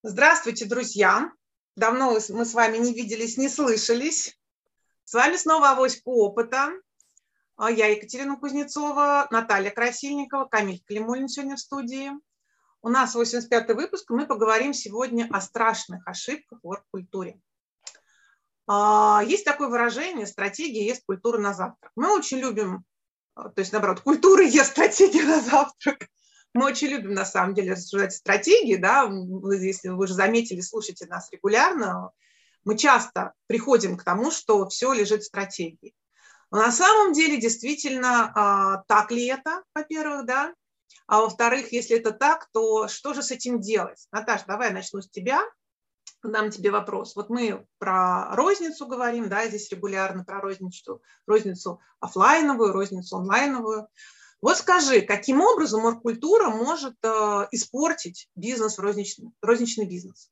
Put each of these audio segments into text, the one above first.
Здравствуйте, друзья! Давно мы с вами не виделись, не слышались. С вами снова «Авоська опыта». Я Екатерина Кузнецова, Наталья Красильникова, Камиль Климулин сегодня в студии. У нас 85-й выпуск, и мы поговорим сегодня о страшных ошибках в оргкультуре. Есть такое выражение «стратегия ест культуру на завтрак». Мы очень любим, то есть наоборот, культура ест стратегию на завтрак. Мы очень любим, на самом деле, рассуждать о стратегии, да, если вы уже заметили, слушайте нас регулярно, мы часто приходим к тому, что все лежит в стратегии. Но на самом деле, действительно, так ли это, во-первых, да, а во-вторых, если это так, то что же с этим делать? Наташа, давай я начну с тебя, дам тебе вопрос. Вот мы про розницу говорим, да, здесь регулярно про розницу офлайновую, розницу онлайновую. Вот скажи, каким образом оргкультура может испортить бизнес, розничный бизнес?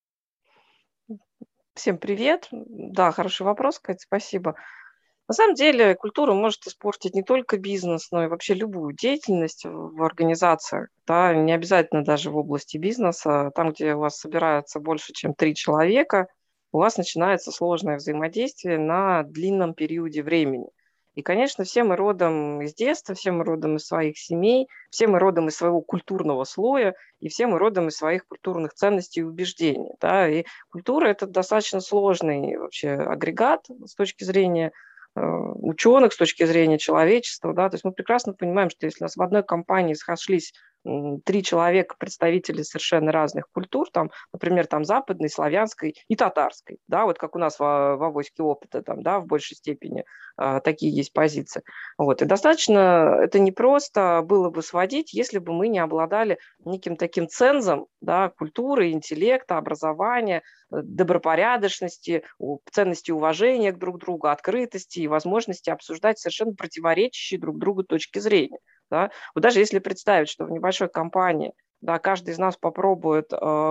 Всем привет. Да, хороший вопрос, Кать, спасибо. На самом деле культура может испортить не только бизнес, но и вообще любую деятельность в организациях. Да, не обязательно даже в области бизнеса. Там, где у вас собирается больше, чем 3 человека, у вас начинается сложное взаимодействие на длинном периоде времени. И, конечно, все мы родом из детства, все мы родом из своих семей, все мы родом из своего культурного слоя, и все мы родом из своих культурных ценностей и убеждений. Да? И культура – это достаточно сложный вообще агрегат с точки зрения ученых, с точки зрения человечества. Да? То есть мы прекрасно понимаем, что если у нас в одной компании сошлись 3 человека, представители совершенно разных культур, там, например, там, западной, славянской и татарской, да, вот как у нас в «Авоське опыта», там, да, в большей степени такие есть позиции. Вот. И достаточно это непросто было бы сводить, если бы мы не обладали неким таким цензом, да, культуры, интеллекта, образования, добропорядочности, ценности уважения к друг другу, открытости и возможности обсуждать совершенно противоречащие друг другу точки зрения. Да? Вот даже если представить, что в небольшой компании, да, каждый из нас попробует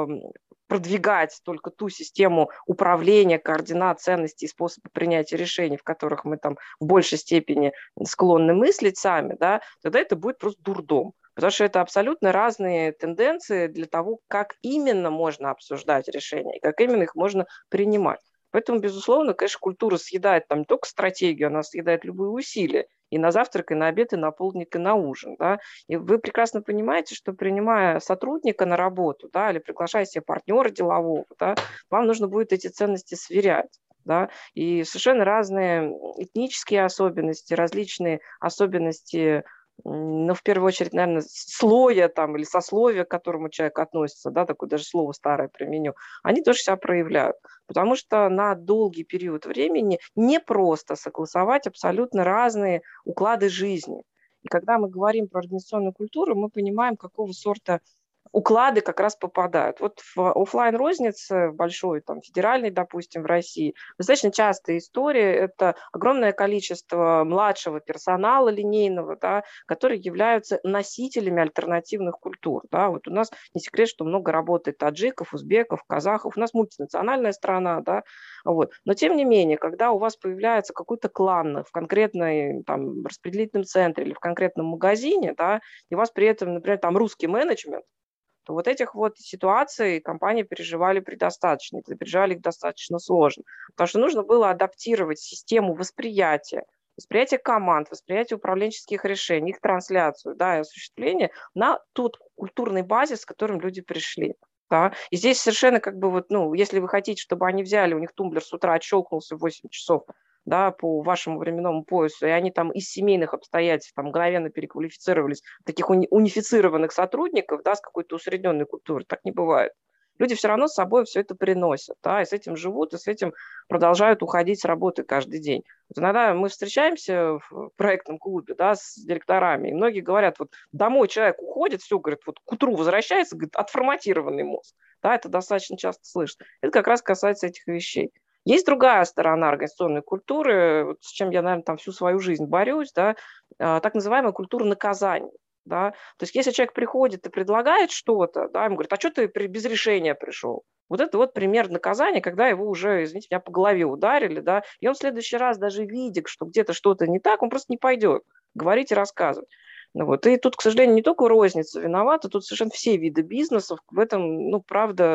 продвигать только ту систему управления, координат, ценностей и способы принятия решений, в которых мы там в большей степени склонны мыслить сами, да, тогда это будет просто дурдом. Потому что это абсолютно разные тенденции для того, как именно можно обсуждать решения, и как именно их можно принимать. Поэтому, безусловно, конечно, культура съедает там не только стратегию, она съедает любые усилия. И на завтрак, и на обед, и на полдник, и на ужин. Да? И вы прекрасно понимаете, что принимая сотрудника на работу, да, или приглашая себе партнера делового, да, вам нужно будет эти ценности сверять. Да? И совершенно разные этнические особенности, различные особенности, ну, в первую очередь, наверное, слоя там, или сословия, к которому человек относится, да, такое даже слово старое применю, они тоже себя проявляют. Потому что на долгий период времени не просто согласовать абсолютно разные уклады жизни. И когда мы говорим про организационную культуру, мы понимаем, какого сорта уклады как раз попадают. Вот в офлайн-рознице большой, там, федеральной, допустим, в России, достаточно частая история – это огромное количество младшего персонала линейного, да, которые являются носителями альтернативных культур. Да. Вот у нас не секрет, что много работает таджиков, узбеков, казахов. У нас мультинациональная страна, да, вот. Но тем не менее, когда у вас появляется какой-то клан в конкретной там, распределительном центре или в конкретном магазине, да, и у вас при этом, например, там русский менеджмент, то вот этих вот ситуаций компании переживали предостаточно, и переживали их достаточно сложно, потому что нужно было адаптировать систему восприятие команд, восприятие управленческих решений, их трансляцию, да, и осуществление на тот культурный базис, с которым люди пришли. Да. И здесь совершенно как бы вот, ну, если вы хотите, чтобы они взяли, у них тумблер с утра отщелкнулся в 8 часов, да, по вашему временному поясу, и они там из семейных обстоятельств там мгновенно переквалифицировались в таких унифицированных сотрудников, да, с какой-то усредненной культурой, так не бывает. Люди все равно с собой все это приносят, да, и с этим живут, и с этим продолжают уходить с работы каждый день. Вот иногда мы встречаемся в проектном клубе, да, с директорами, и многие говорят, вот домой человек уходит, все, говорит, вот к утру возвращается, говорит, отформатированный мозг. Да, это достаточно часто слышно. Это как раз касается этих вещей. Есть другая сторона организационной культуры, вот с чем я, наверное, там всю свою жизнь борюсь, да, так называемая культура наказаний. Да? То есть если человек приходит и предлагает что-то, да, ему говорят, а что ты без решения пришел? Вот это вот пример наказания, когда его уже, извините меня, по голове ударили, да, и он в следующий раз, даже видя, что где-то что-то не так, он просто не пойдет говорить и рассказывать. Ну, вот. И тут, к сожалению, не только розница виновата, тут совершенно все виды бизнесов в этом, ну, правда,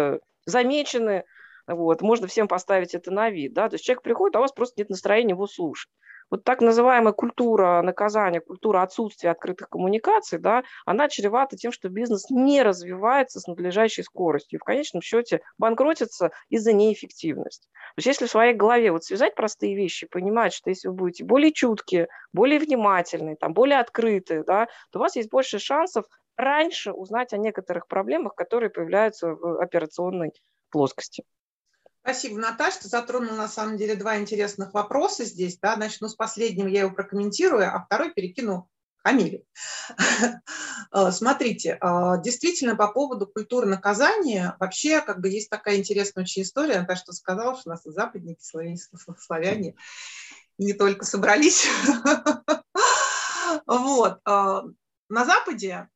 замечены, вот, можно всем поставить это на вид, да, то есть человек приходит, а у вас просто нет настроения его слушать. Вот так называемая культура наказания, культура отсутствия открытых коммуникаций, да, она чревата тем, что бизнес не развивается с надлежащей скоростью и в конечном счете банкротится из-за неэффективности. То есть если в своей голове вот связать простые вещи, понимать, что если вы будете более чуткие, более внимательные, там, более открытые, да, то у вас есть больше шансов раньше узнать о некоторых проблемах, которые появляются в операционной плоскости. Спасибо, Наташа. Ты затронула, на самом деле, два интересных вопроса здесь. Да? Начну с последнего, я его прокомментирую, а второй перекину Камилю. Смотрите, действительно, по поводу культуры наказания, вообще, как бы, есть такая интересная очень история. Наташа что сказала, что у нас и западники, славяне, и не только собрались. Вот. На Западе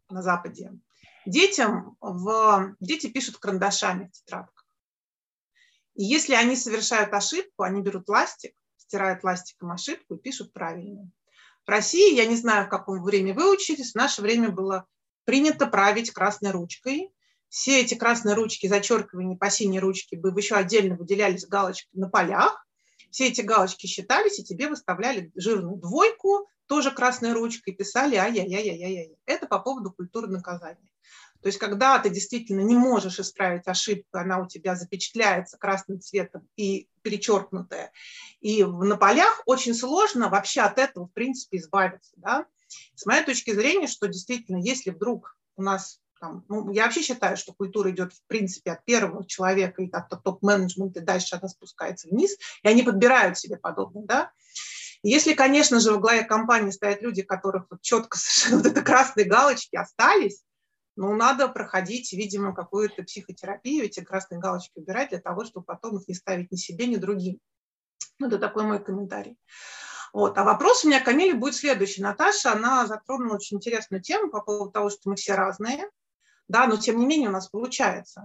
дети пишут карандашами в тетрадках. И если они совершают ошибку, они берут ластик, стирают ластиком ошибку и пишут правильно. В России, я не знаю, в каком времени вы учились, в наше время было принято править красной ручкой. Все эти красные ручки, зачеркивания по синей ручке еще отдельно выделялись галочки на полях. Все эти галочки считались, и тебе выставляли жирную двойку, тоже красной ручкой, писали ай-яй-яй-яй-яй. Это по поводу культуры наказания. То есть, когда ты действительно не можешь исправить ошибку, она у тебя запечатляется красным цветом и перечеркнутая, и на полях очень сложно вообще от этого, в принципе, избавиться. Да? С моей точки зрения, что действительно, если вдруг у нас, там, я вообще считаю, что культура идет, в принципе, от первого человека и от топ-менеджмента, и дальше она спускается вниз, и они подбирают себе подобное, да. Если, конечно же, во главе компании стоят люди, которых вот четко совершенно вот это красные галочки остались, надо проходить, видимо, какую-то психотерапию, эти красные галочки убирать для того, чтобы потом их не ставить ни себе, ни другим. Это такой мой комментарий. Вот. А вопрос у меня к Камиле будет следующий. Наташа, она затронула очень интересную тему по поводу того, что мы все разные, да, но тем не менее у нас получается.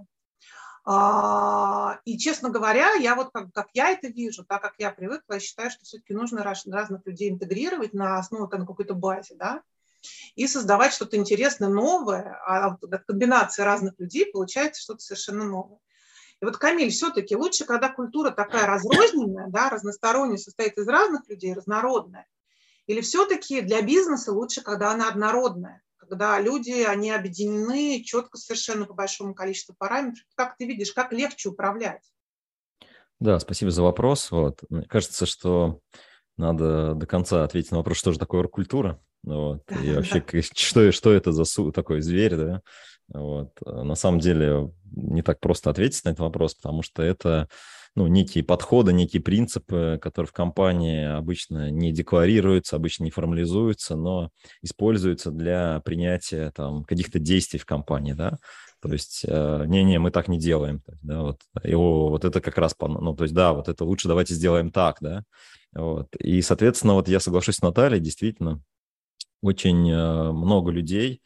И, честно говоря, я вот как я это вижу, так как я привыкла, я считаю, что все-таки нужно разных людей интегрировать на основе на какой-то базе, да, и создавать что-то интересное, новое, а от комбинации разных людей получается что-то совершенно новое. И вот, Камиль, все-таки лучше, когда культура такая разрозненная, да, разносторонняя, состоит из разных людей, разнородная, или все-таки для бизнеса лучше, когда она однородная, когда люди, они объединены четко совершенно по большому количеству параметров. Как ты видишь, как легче управлять? Да, спасибо за вопрос. Вот. Мне кажется, что надо до конца ответить на вопрос, что же такое оргкультура. Вот. И вообще, что это за такой зверь, да? Вот. На самом деле не так просто ответить на этот вопрос, потому что это некие подходы, некие принципы, которые в компании обычно не декларируются, обычно не формализуются, но используются для принятия каких-то действий в компании, да. То есть, мы так не делаем. Да, вот это как раз, то есть, да, вот это лучше давайте сделаем так, да. Вот. И, соответственно, вот я соглашусь с Натальей, действительно, очень много людей,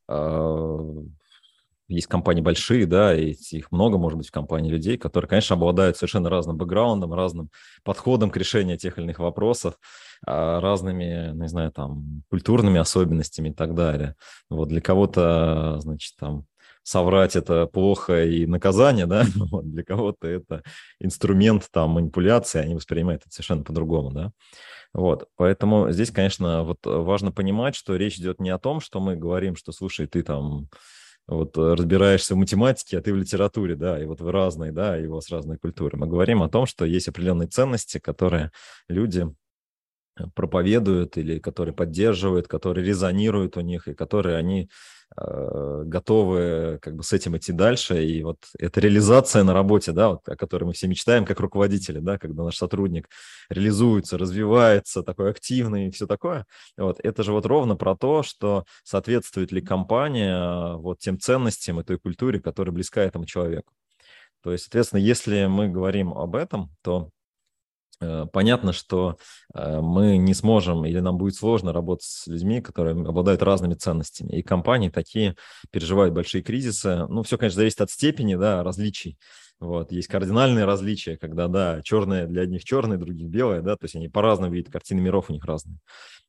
есть компании большие, да, и их много, может быть, в компании людей, которые, конечно, обладают совершенно разным бэкграундом, разным подходом к решению тех или иных вопросов, разными, не знаю, культурными особенностями и так далее. Вот для кого-то, значит, соврать это плохо и наказание, да, вот для кого-то это инструмент манипуляции, они воспринимают это совершенно по-другому, да. Вот, поэтому здесь, конечно, вот важно понимать, что речь идет не о том, что мы говорим, что, слушай, ты разбираешься в математике, а ты в литературе, да, и вот вы разные, да, и у вас разные культуры. Мы говорим о том, что есть определенные ценности, которые люди проповедуют или которые поддерживают, которые резонируют у них, и которые они готовы с этим идти дальше. И вот эта реализация на работе, да, о которой мы все мечтаем как руководители, да, когда наш сотрудник реализуется, развивается, такой активный и все такое. Вот, это же ровно про то, что соответствует ли компания тем ценностям и той культуре, которая близка этому человеку. То есть, соответственно, если мы говорим об этом, то понятно, что мы не сможем или нам будет сложно работать с людьми, которые обладают разными ценностями. И компании такие переживают большие кризисы. Все, конечно, зависит от степени, да, различий. Вот. Есть кардинальные различия, когда, да, черное для одних черное, других белое, да, то есть они по-разному видят, картины миров у них разные.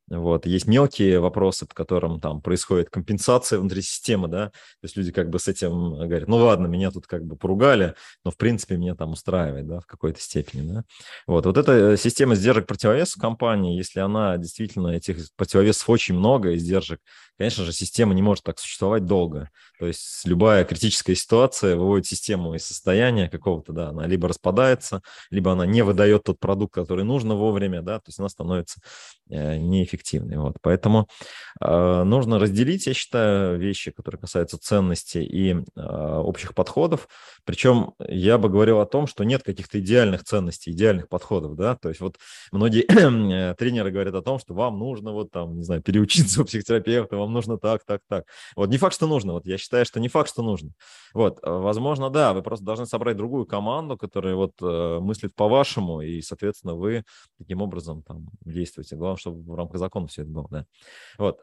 Вот. Есть мелкие вопросы, по которым там происходит компенсация внутри системы, да, то есть люди как бы с этим говорят, ну ладно, меня тут как бы поругали, но в принципе меня там устраивает, да, в какой-то степени, да. Вот эта система сдержек противовесов компании, если она действительно, этих противовесов очень много, и сдержек, конечно же, система не может так существовать долго. То есть любая критическая ситуация выводит систему из состояния какого-то, да, она либо распадается, либо она не выдает тот продукт, который нужно вовремя, да, то есть она становится неэффективной. Вот. Поэтому нужно разделить, я считаю, вещи, которые касаются ценностей и общих подходов. Причем я бы говорил о том, что нет каких-то идеальных ценностей, идеальных подходов, да, то есть вот многие тренеры говорят о том, что вам нужно вот там, не знаю, переучиться у психотерапевта, вам нужно так, так, так. Вот не факт, что нужно, вот я считаю, что не факт, что нужно. Вот, возможно, да, вы просто должны собрать другую команду, которая вот мыслит по-вашему, и, соответственно, вы таким образом там действуете. Главное, чтобы в рамках закона все это было, да. Вот,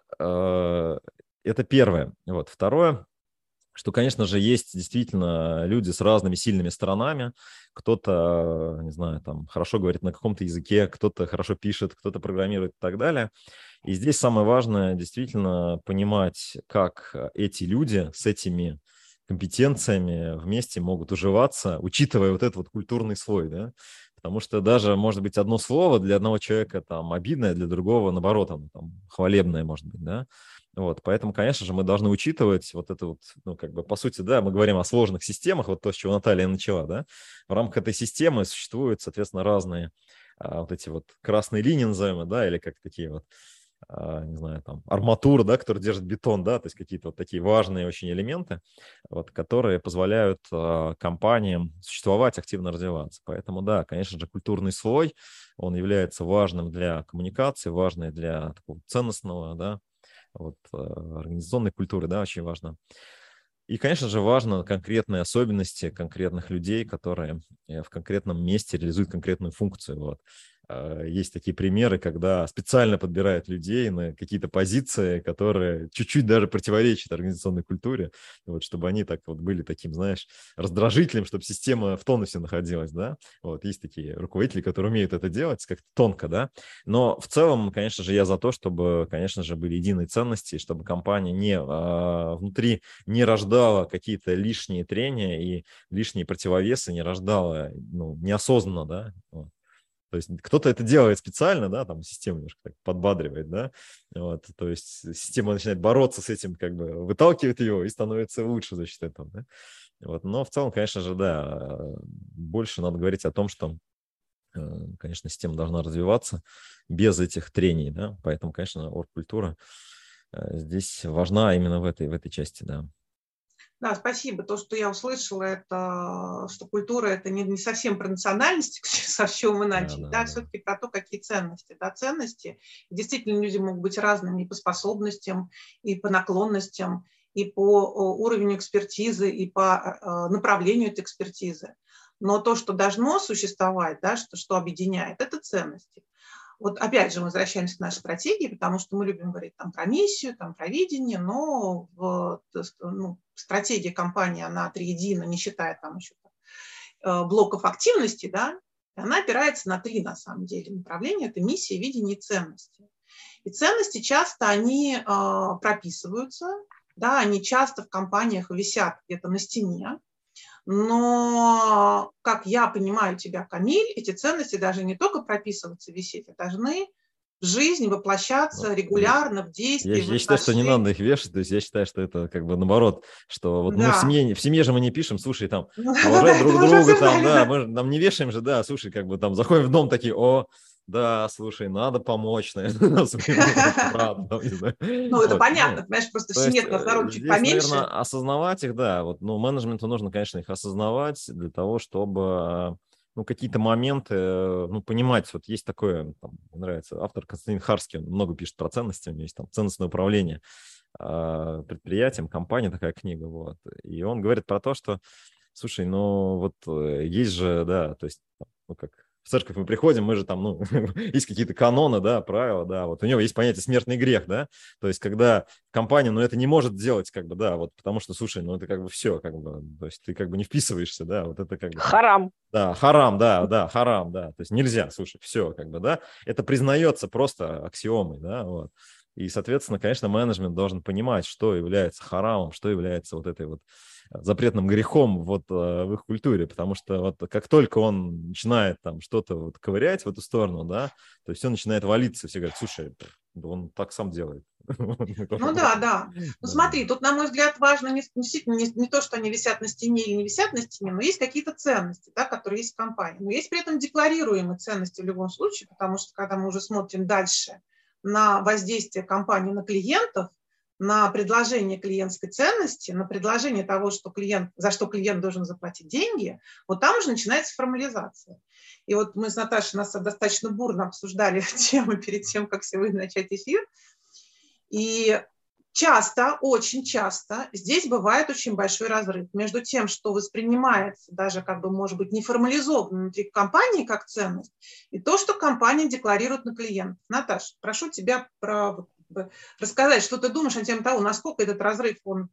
это первое. Вот, второе, что, конечно же, есть действительно люди с разными сильными сторонами. Кто-то, не знаю, там хорошо говорит на каком-то языке, кто-то хорошо пишет, кто-то программирует и так далее. И здесь самое важное действительно понимать, как эти люди с этими компетенциями вместе могут уживаться, учитывая вот этот вот культурный слой, да. Потому что даже, может быть, одно слово для одного человека там обидное, для другого, наоборот, оно там хвалебное, может быть, да. Вот, поэтому, конечно же, мы должны учитывать вот это вот, ну, как бы, по сути, да, мы говорим о сложных системах, вот то, с чего Наталья начала, да. В рамках этой системы существуют, соответственно, разные вот эти вот красные линии, называемые, да, или как такие вот, не знаю, там, арматура, да, которая держит бетон, да, то есть какие-то вот такие важные очень элементы, вот, которые позволяют компаниям существовать, активно развиваться. Поэтому, да, конечно же, культурный слой, он является важным для коммуникации, важный для такого ценностного, да, вот, организационной культуры, да, очень важно. И, конечно же, важно конкретные особенности конкретных людей, которые в конкретном месте реализуют конкретную функцию. Вот. Есть такие примеры, когда специально подбирают людей на какие-то позиции, которые чуть-чуть даже противоречат организационной культуре, вот, чтобы они так вот были таким, знаешь, раздражителем, чтобы система в тонусе находилась, да. Вот, есть такие руководители, которые умеют это делать как-то тонко, да. Но в целом, конечно же, я за то, чтобы, конечно же, были единые ценности, чтобы компания не внутри не рождала какие-то лишние трения и лишние противовесы, не рождала, ну, неосознанно, да. Вот. То есть кто-то это делает специально, да, там система немножко так подбадривает, да, вот, то есть система начинает бороться с этим, как бы выталкивает ее и становится лучше за счет этого, да. Вот. Но в целом, конечно же, да, больше надо говорить о том, что, конечно, система должна развиваться без этих трений, да, поэтому, конечно, оргкультура здесь важна именно в этой части, да. Да, спасибо. То, что я услышала, это что культура – это не совсем про национальность, со чего мы начали, да, все-таки про то, какие ценности. Да, ценности. Действительно, люди могут быть разными и по способностям, и по наклонностям, и по уровню экспертизы, и по направлению этой экспертизы. Но то, что должно существовать, да, что объединяет, это ценности. Вот опять же мы возвращаемся к нашей стратегии, потому что мы любим говорить там про миссию, там про видение, но стратегия компании, она триедина, не считая там еще блоков активности, да, она опирается на три, на самом деле, направления. Это миссия, видение и ценности. И ценности часто, они прописываются, да, они часто в компаниях висят где-то на стене. Но, как я понимаю тебя, Камиль, эти ценности даже не только прописываться, висеть, а должны в жизнь воплощаться регулярно, в действии, я считаю, что не надо их вешать, то есть я считаю, что это как бы наоборот, что вот, да. Мы в семье же мы не пишем, слушай, там, уважай друг друга, там, да, мы нам не вешаем же, да, слушай, как бы там заходим в дом такие, о, да, слушай, надо помочь, наверное, Ну, это понятно, понимаешь, просто в семье нас народ чуть поменьше. Наверное, осознавать их, да, вот, ну, менеджменту нужно, конечно, их осознавать для того, чтобы, ну, какие-то моменты, ну, понимать, вот есть такое, там, мне нравится, автор Константин Харский, он много пишет про ценности, у него есть там ценностное управление предприятием, компания, такая книга, вот, и он говорит про то, что, слушай, ну, вот есть же, да, то есть, ну, как в церковь мы приходим, мы же там, ну, есть какие-то каноны, да, правила, да, вот у него есть понятие смертный грех, да, то есть когда компания, ну, это не может делать, как бы, да, вот, потому что, слушай, ну, это как бы все, как бы, то есть ты как бы не вписываешься, да, вот это как бы... Харам. Да, харам, да, харам, да, то есть нельзя, слушай, все, как бы, да, это признается просто аксиомой, да, вот. И, соответственно, конечно, менеджмент должен понимать, что является харамом, что является вот этой вот запретным грехом вот в их культуре, потому что вот как только он начинает там что-то вот ковырять в эту сторону, да, то есть все начинает валиться, все говорят, слушай, да он так сам делает. Ну да, да. Ну смотри, тут, на мой взгляд, важно не то, что они висят на стене или не висят на стене, но есть какие-то ценности, да, которые есть в компании. Но есть при этом декларируемые ценности в любом случае, потому что когда мы уже смотрим дальше на воздействие компании на клиентов, на предложение клиентской ценности, на предложение того, что за что клиент должен заплатить деньги, вот там уже начинается формализация. И вот мы с Наташей достаточно бурно обсуждали тему перед тем, как сегодня начать эфир. И часто, очень часто здесь бывает очень большой разрыв между тем, что воспринимается даже как бы, может быть, неформализованно внутри компании как ценность, и то, что компания декларирует на клиентов. Наташа, прошу тебя рассказать, что ты думаешь на тему того, насколько этот разрыв, он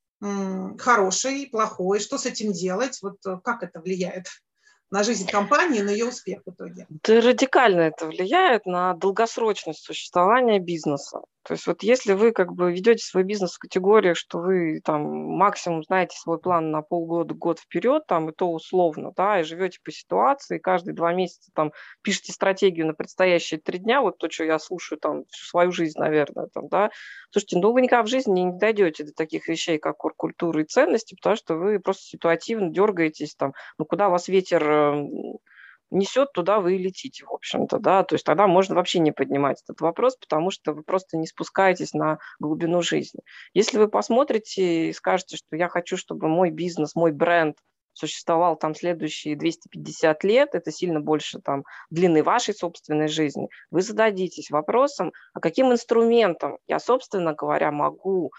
хороший, плохой, что с этим делать, вот как это влияет на жизнь компании, на ее успех в итоге. Да, радикально это влияет на долгосрочность существования бизнеса. То есть вот если вы как бы ведете свой бизнес в категориях, что вы там максимум знаете свой план на полгода, год вперед, там и то условно, да, и живете по ситуации, каждые 2 месяца там пишете стратегию на предстоящие 3 дня, вот то, что я слушаю там всю свою жизнь, наверное, там, да. Слушайте, ну вы никогда в жизни не дойдете до таких вещей, как культура и ценности, потому что вы просто ситуативно дергаетесь там, ну куда вас ветер несет, туда вы и летите, в общем-то, да, то есть тогда можно вообще не поднимать этот вопрос, потому что вы просто не спускаетесь на глубину жизни. Если вы посмотрите и скажете, что я хочу, чтобы мой бизнес, мой бренд существовал там следующие 250 лет, это сильно больше там длины вашей собственной жизни, вы зададитесь вопросом, а каким инструментом я, собственно говоря, могу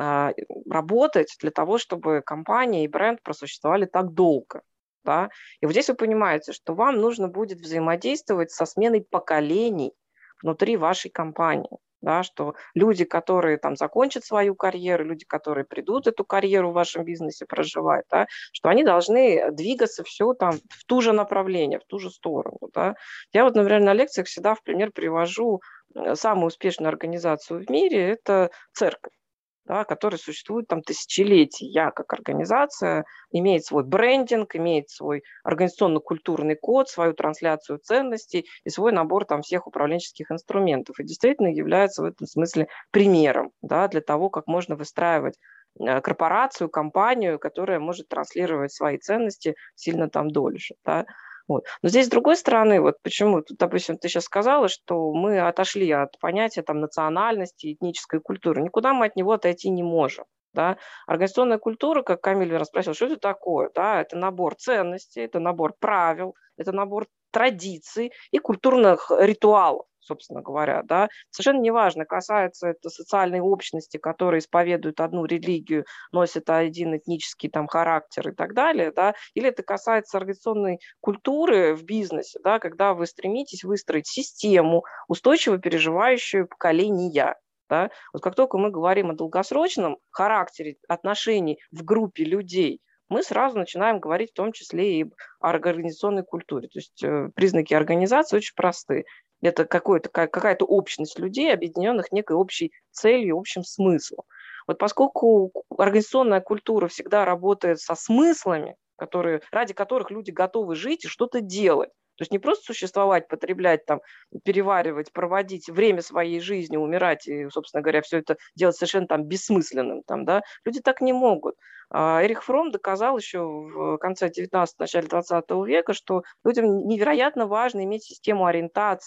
работать для того, чтобы компания и бренд просуществовали так долго. Да? И вот здесь вы понимаете, что вам нужно будет взаимодействовать со сменой поколений внутри вашей компании. Да, что люди, которые там закончат свою карьеру, люди, которые придут эту карьеру в вашем бизнесе проживать, да, что они должны двигаться все там в ту же направление, в ту же сторону. Да. Я вот, например, на лекциях всегда в пример привожу самую успешную организацию в мире – это церковь, да, который существует там тысячелетия. Я как организация имеет свой брендинг, имеет свой организационно-культурный код, свою трансляцию ценностей и свой набор там всех управленческих инструментов. И действительно является в этом смысле примером, да, для того, как можно выстраивать корпорацию, компанию, которая может транслировать свои ценности сильно там дольше. Да. Вот. Но здесь, с другой стороны, вот почему, тут, допустим, ты сейчас сказала, что мы отошли от понятия там, национальности, этнической культуры. Никуда мы от него отойти не можем. Да? Организационная культура, как Камиль раз спросил, что это такое? Да? Это набор ценностей, это набор правил, это набор традиций и культурных ритуалов, собственно говоря. Да? Совершенно неважно, касается это социальной общности, которая исповедует одну религию, носит один этнический там, характер и так далее, да? Или это касается организационной культуры в бизнесе, да? Когда вы стремитесь выстроить систему, устойчиво переживающую поколения. Да? Вот как только мы говорим о долгосрочном характере отношений в группе людей, мы сразу начинаем говорить в том числе и о организационной культуре. То есть признаки организации очень простые. Это какая-то общность людей, объединенных некой общей целью, общим смыслом. Вот поскольку организационная культура всегда работает со смыслами, ради которых люди готовы жить и что-то делать, то есть не просто существовать, потреблять, там, переваривать, проводить время своей жизни, умирать и, собственно говоря, все это делать совершенно там, бессмысленным. Там, да? Люди так не могут. Эрих Фромм доказал еще в конце 19-го, начале 20 века, что людям невероятно важно иметь систему ориентации,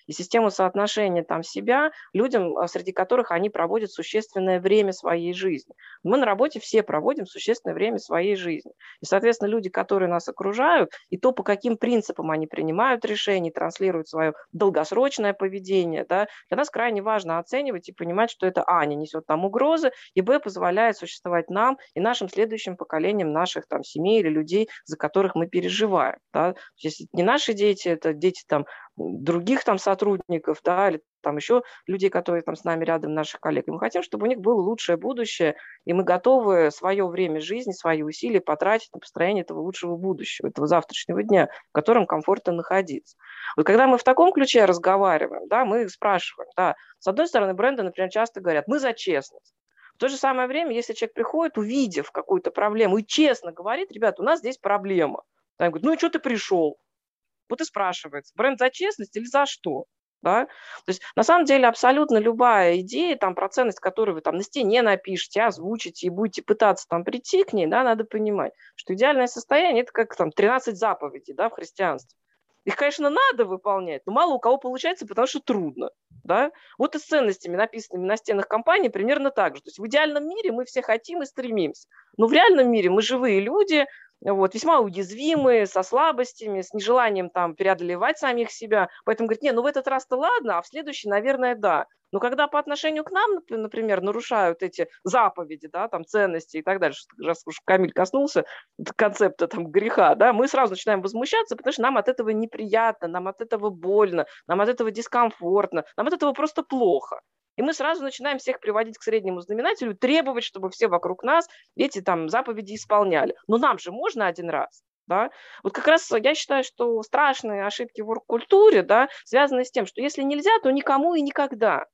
и систему соотношения там себя людям, среди которых они проводят существенное время своей жизни. Мы на работе все проводим существенное время своей жизни. И, соответственно, люди, которые нас окружают, и то, по каким принципам они принимают решения, транслируют свое долгосрочное поведение, да, для нас крайне важно оценивать и понимать, что это не несет нам угрозы, и позволяет существовать нам и нашим следующим поколениям наших там семей или людей, за которых мы переживаем. Да. Если не наши дети, это дети там других там сотрудников, да, или там еще людей, которые там с нами рядом, наших коллег. И мы хотим, чтобы у них было лучшее будущее, и мы готовы свое время жизни, свои усилия потратить на построение этого лучшего будущего, этого завтрашнего дня, в котором комфортно находиться. Вот когда мы в таком ключе разговариваем, да, мы спрашиваем, да, с одной стороны, бренды, например, часто говорят, мы за честность. В то же самое время, если человек приходит, увидев какую-то проблему, и честно говорит, ребята, у нас здесь проблема. Он говорит, ну и что ты пришел? Вот и спрашивается, бренд за честность или за что? Да? То есть на самом деле абсолютно любая идея, там, про ценность, которую вы там на стене напишите, озвучите и будете пытаться там прийти к ней, да, надо понимать, что идеальное состояние – это как там 13 заповедей, да, в христианстве. Их, конечно, надо выполнять, но мало у кого получается, потому что трудно. Да? Вот и с ценностями, написанными на стенах компании, примерно так же. То есть в идеальном мире мы все хотим и стремимся. Но в реальном мире мы живые люди, вот, весьма уязвимые, со слабостями, с нежеланием там преодолевать самих себя. Поэтому говорит, в этот раз-то ладно, а в следующий, наверное, да. Но когда по отношению к нам, например, нарушают эти заповеди, да, там, ценности и так далее, раз уж Камиль коснулся концепта там, греха, да, мы сразу начинаем возмущаться, потому что нам от этого неприятно, нам от этого больно, нам от этого дискомфортно, нам от этого просто плохо. И мы сразу начинаем всех приводить к среднему знаменателю, требовать, чтобы все вокруг нас эти там заповеди исполняли. Но нам же можно один раз. Да? Вот как раз я считаю, что страшные ошибки в оргкультуре, да, связаны с тем, что если нельзя, то никому и никогда.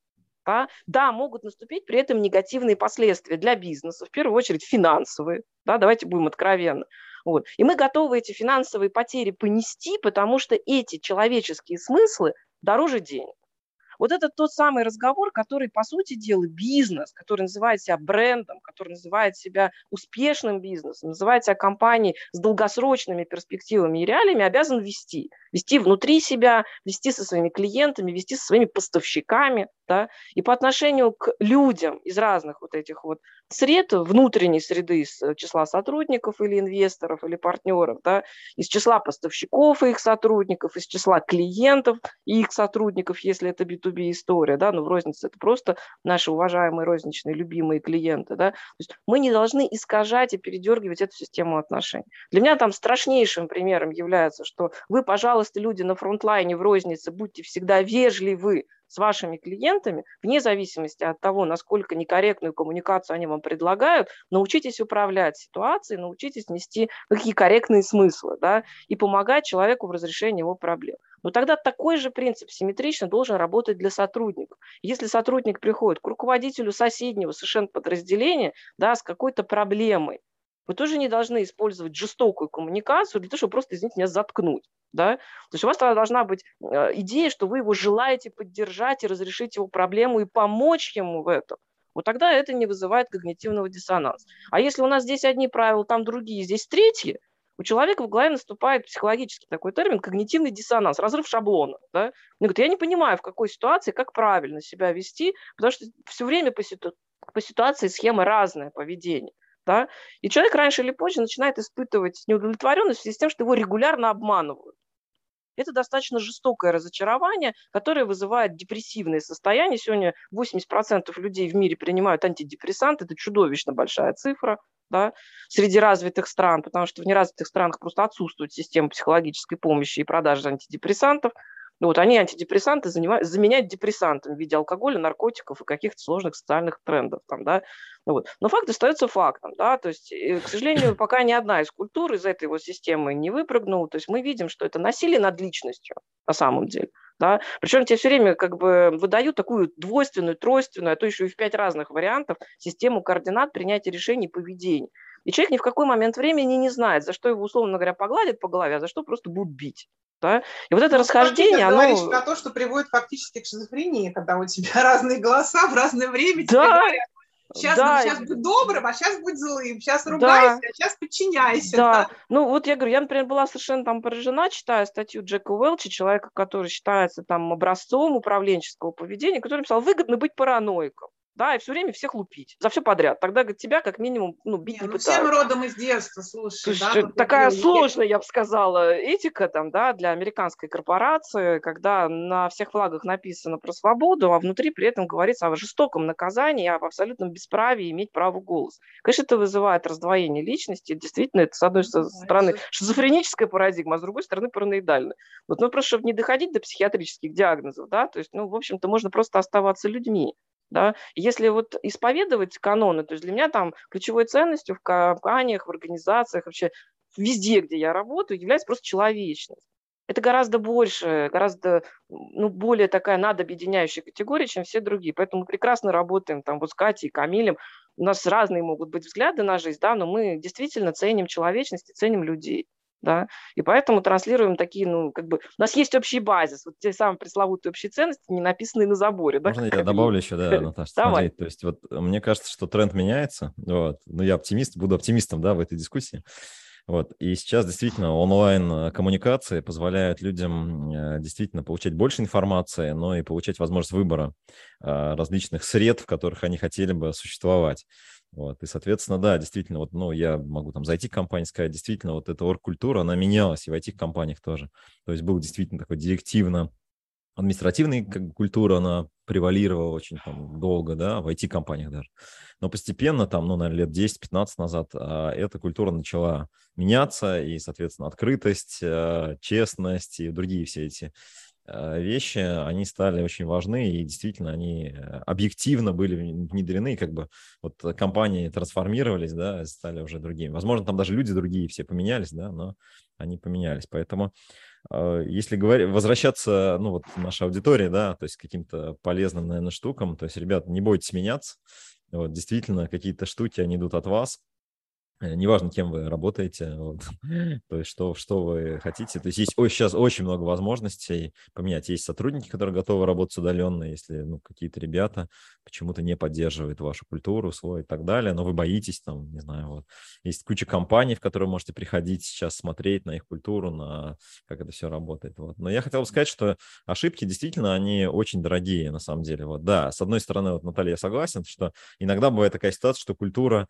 Да, могут наступить при этом негативные последствия для бизнеса, в первую очередь финансовые, да, давайте будем откровенны. Вот. И мы готовы эти финансовые потери понести, потому что эти человеческие смыслы дороже денег. Вот это тот самый разговор, который, по сути дела, бизнес, который называет себя брендом, который называет себя успешным бизнесом, называет себя компанией с долгосрочными перспективами и реалиями, обязан вести. Вести внутри себя, вести со своими клиентами, вести со своими поставщиками. Да? И по отношению к людям из разных вот этих вот сред, внутренней среды, из числа сотрудников или инвесторов, или партнеров, да, из числа поставщиков и их сотрудников, из числа клиентов и их сотрудников, если это B2B история, да, но в рознице это просто наши уважаемые розничные любимые клиенты, да, то есть мы не должны искажать и передергивать эту систему отношений. Для меня там страшнейшим примером является, что вы, пожалуйста, люди на фронтлайне в рознице, будьте всегда вежливы с вашими клиентами, вне зависимости от того, насколько некорректную коммуникацию они вам предлагают, научитесь управлять ситуацией, научитесь нести какие корректные смыслы, да, и помогать человеку в разрешении его проблем. Но тогда такой же принцип симметрично должен работать для сотрудников. Если сотрудник приходит к руководителю соседнего совершенно подразделения, да, с какой-то проблемой, вы тоже не должны использовать жестокую коммуникацию для того, чтобы просто, извините меня, заткнуть. Да? То есть у вас тогда должна быть идея, что вы его желаете поддержать и разрешить его проблему и помочь ему в этом. Вот тогда это не вызывает когнитивного диссонанса. А если у нас здесь одни правила, там другие, здесь третьи, у человека в голове наступает психологический такой термин когнитивный диссонанс, разрыв шаблона. Да? Он говорит, я не понимаю, в какой ситуации, как правильно себя вести, потому что все время по ситуации схема разное поведение. Да? И человек раньше или позже начинает испытывать неудовлетворенность в связи с тем, что его регулярно обманывают. Это достаточно жестокое разочарование, которое вызывает депрессивное состояние. Сегодня 80% людей в мире принимают антидепрессанты. Это чудовищно большая цифра, да, среди развитых стран, потому что в неразвитых странах просто отсутствует система психологической помощи и продажи антидепрессантов. Вот они антидепрессанты заменяют депрессантами в виде алкоголя, наркотиков и каких-то сложных социальных трендов. Там, да? Вот. Но факт остается фактом. Да? То есть, к сожалению, пока ни одна из культур из этой вот системы не выпрыгнула. То есть мы видим, что это насилие над личностью на самом деле. Да? Причем тебе все время как бы выдают такую двойственную, тройственную, а то еще и в 5 разных вариантов систему координат принятия решений и поведения. И человек ни в какой момент времени не знает, за что его, условно говоря, погладят по голове, а за что просто будут бить. Да? И вот это расхождение, оно... Ты говоришь про то, что приводит фактически к шизофрении, когда у тебя разные голоса в разное время тебе говорят Да, сейчас будь добрым, а сейчас будь злым, сейчас ругайся, да, а сейчас подчиняйся. да. Да? Ну, вот я говорю, я, например, была совершенно там поражена, читая статью Джека Уэлча, человека, который считается там образцом управленческого поведения, который написал: выгодно быть параноиком, да, и все время всех лупить за все подряд. Тогда, говорит, тебя как минимум, ну, бить Не, не ну все мы пытаются. родом из детства, То слушай, есть да, вот я такая говорю, сложная, я бы сказала, этика там, да, для американской корпорации, когда на всех флагах написано про свободу, а внутри при этом говорится о жестоком наказании, об абсолютном бесправии иметь право голоса. Конечно, это вызывает раздвоение личности. Действительно, это, с одной стороны, шизофреническая парадигма, а с другой стороны, параноидальная. Вот, ну, просто чтобы не доходить до психиатрических диагнозов, да, то есть, ну, в общем-то, можно просто оставаться людьми. Да? Если вот исповедовать каноны, то есть для меня там ключевой ценностью в компаниях, в организациях, вообще везде, где я работаю, является просто человечность. Это гораздо больше, гораздо ну, более такая надобъединяющая категория, чем все другие. Поэтому мы прекрасно работаем там вот с Катей и Камилем. У нас разные могут быть взгляды на жизнь, да, но мы действительно ценим человечность и ценим людей. Да? И поэтому транслируем такие, ну, как бы, у нас есть общий базис, вот те самые пресловутые общие ценности, не написанные на заборе, да, Можно как я объявление. добавлю еще, да, Наташа, смотри, Давай. то есть вот мне кажется, что тренд меняется, вот, но я оптимист, буду оптимистом, да, в этой дискуссии, вот, и сейчас действительно онлайн-коммуникации позволяют людям действительно получать больше информации, но и получать возможность выбора различных сред, в которых они хотели бы существовать. Вот, и, соответственно, да, действительно, вот, ну, я могу там зайти в компанию и сказать, действительно, вот эта оргкультура, она менялась и в IT-компаниях тоже. То есть был действительно такой директивно административная как бы, культура, она превалировала очень там долго, да, в IT-компаниях даже. Но постепенно, там, ну, наверное, лет 10-15 назад эта культура начала меняться, и, соответственно, открытость, честность и другие все эти вещи, они стали очень важны, и действительно они объективно были внедрены, как бы вот компании трансформировались, да, стали уже другими. Возможно, там даже люди другие все поменялись, да, но они поменялись. Поэтому если возвращаться, ну, вот наша аудитория, да, то есть к каким-то полезным, наверное, штукам, то есть, ребят, не бойтесь меняться, вот, действительно, какие-то штуки, они идут от вас, неважно, кем вы работаете, вот. То есть что вы хотите. То есть есть сейчас очень много возможностей поменять. Есть сотрудники, которые готовы работать удаленно, если ну, какие-то ребята почему-то не поддерживают вашу культуру, свой и так далее, но вы боитесь, там, не знаю, вот. Есть куча компаний, в которые вы можете приходить сейчас смотреть на их культуру, на как это все работает. Вот. Но я хотел бы сказать, что ошибки действительно, они очень дорогие на самом деле. Вот. Да, с одной стороны, вот, Наталья, я согласен, что иногда бывает такая ситуация, что культура,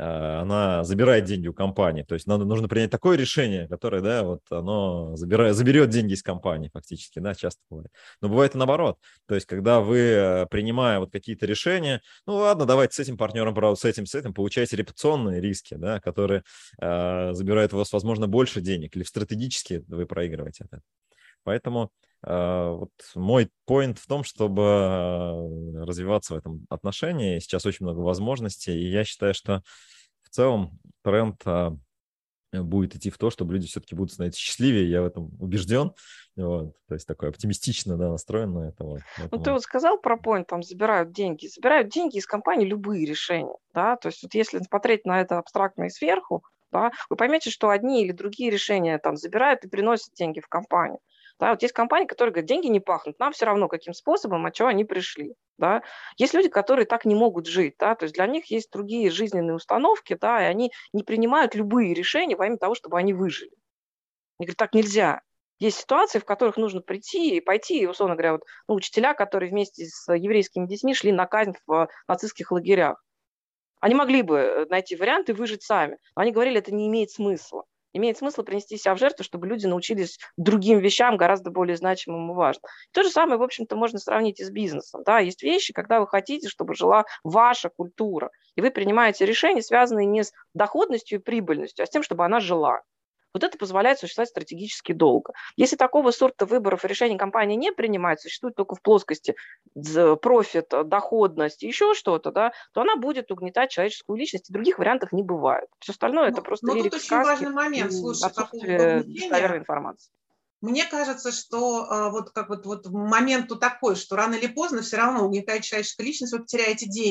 она забирает деньги у компании. То есть нужно принять такое решение, которое, да, вот оно заберет деньги из компании фактически, да, часто бывает. Но бывает и наоборот. То есть когда вы, принимая вот какие-то решения, ну ладно, давайте с этим партнером, с этим, получаете репутационные риски, да, которые забирают у вас, возможно, больше денег, или стратегически вы проигрываете от этого. Поэтому вот мой поинт в том, чтобы развиваться в этом отношении. Сейчас очень много возможностей, и я считаю, что в целом тренд будет идти в то, чтобы люди все-таки будут становиться счастливее, я в этом убежден. Вот. То есть такой оптимистично, да, настроен на это. Вот. Ну, ты Поэтому... вот сказал про point, там забирают деньги. Забирают деньги из компании любые решения, да, то есть вот если смотреть на это абстрактно и сверху, да, вы поймете, что одни или другие решения там забирают и приносят деньги в компанию. Да, вот есть компании, которые говорят, деньги не пахнут, нам все равно, каким способом, от чего они пришли. Да. Есть люди, которые так не могут жить, да, то есть для них есть другие жизненные установки, да, и они не принимают любые решения во имя того, чтобы они выжили. Они говорят, так нельзя. Есть ситуации, в которых нужно прийти и пойти, условно говоря, вот, ну, учителя, которые вместе с еврейскими детьми шли на казнь в нацистских лагерях. Они могли бы найти варианты выжить сами, но они говорили, это не имеет смысла. Имеет смысл принести себя в жертву, чтобы люди научились другим вещам, гораздо более значимым и важным. То же самое, в общем-то, можно сравнить и с бизнесом. Да? Есть вещи, когда вы хотите, чтобы жила ваша культура, и вы принимаете решения, связанные не с доходностью и прибыльностью, а с тем, чтобы она жила. Вот это позволяет существовать стратегически долго. Если такого сорта выборов и решений компания не принимает, существует только в плоскости профит, доходность и еще что-то, да, то она будет угнетать человеческую личность, и других вариантов не бывает. Все остальное это просто Но тут лирика, очень сказки важный момент, и слушай, по поводу отсутствие достоверной угнетения. информации. Мне кажется, что вот как вот момент такой, что рано или поздно все равно угнетает человеческая личность, вы потеряете деньги.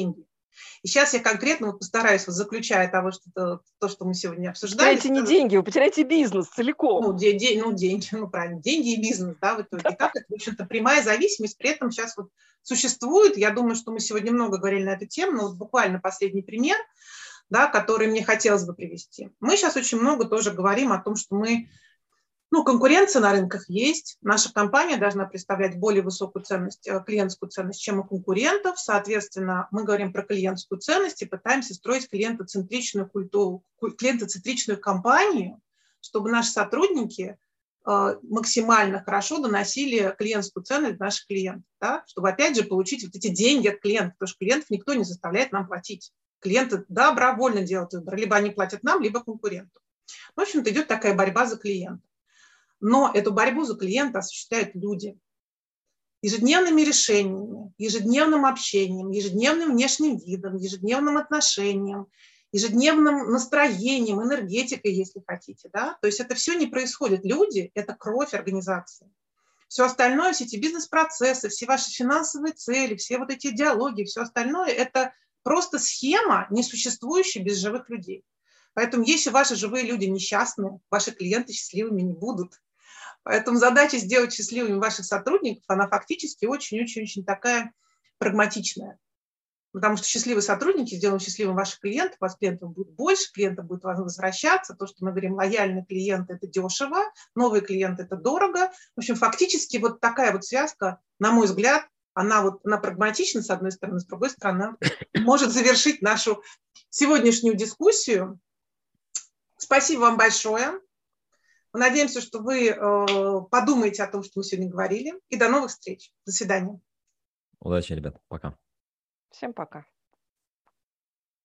И сейчас я конкретно вот постараюсь, вот заключая того, что то, что мы сегодня обсуждали. Потеряйте не деньги, вы потеряете бизнес целиком. Ну, деньги, правильно, деньги и бизнес, да, в итоге. Да. Как это, в общем-то, прямая зависимость, при этом сейчас вот существует. Я думаю, что мы сегодня много говорили на эту тему, но вот буквально последний пример, да, который мне хотелось бы привести. Мы сейчас очень много тоже говорим о том, что конкуренция на рынках есть. Наша компания должна представлять более высокую ценность, клиентскую ценность, чем у конкурентов. Соответственно, мы говорим про клиентскую ценность и пытаемся строить клиентоцентричную культуру, клиентоцентричную компанию, чтобы наши сотрудники максимально хорошо доносили клиентскую ценность наших клиентов, да? Чтобы, опять же, получить вот эти деньги от клиентов, потому что клиентов никто не заставляет нам платить. Клиенты добровольно делают выбор. Либо они платят нам, либо конкуренту. В общем-то, идет такая борьба за клиента. Но эту борьбу за клиента осуществляют люди. Ежедневными решениями, ежедневным общением, ежедневным внешним видом, ежедневным отношением, ежедневным настроением, энергетикой, если хотите. Да? То есть это все не происходит. Люди – это кровь организации. Все остальное, все эти бизнес-процессы, все ваши финансовые цели, все вот эти идеологии, все остальное – это просто схема, несуществующая без живых людей. Поэтому если ваши живые люди несчастны, ваши клиенты счастливыми не будут. Поэтому задача сделать счастливыми ваших сотрудников, она фактически очень-очень-очень такая прагматичная. Потому что счастливые сотрудники сделают счастливым ваших клиентов, у вас клиентов будет больше, клиентов будет возвращаться. То, что мы говорим, лояльные клиенты – это дешево, новые клиенты – это дорого. В общем, фактически вот такая вот связка, на мой взгляд, она прагматична, с одной стороны, с другой стороны, может завершить нашу сегодняшнюю дискуссию. Спасибо вам большое. Мы надеемся, что вы подумаете о том, что мы сегодня говорили. И до новых встреч. До свидания. Удачи, ребят. Пока. Всем пока.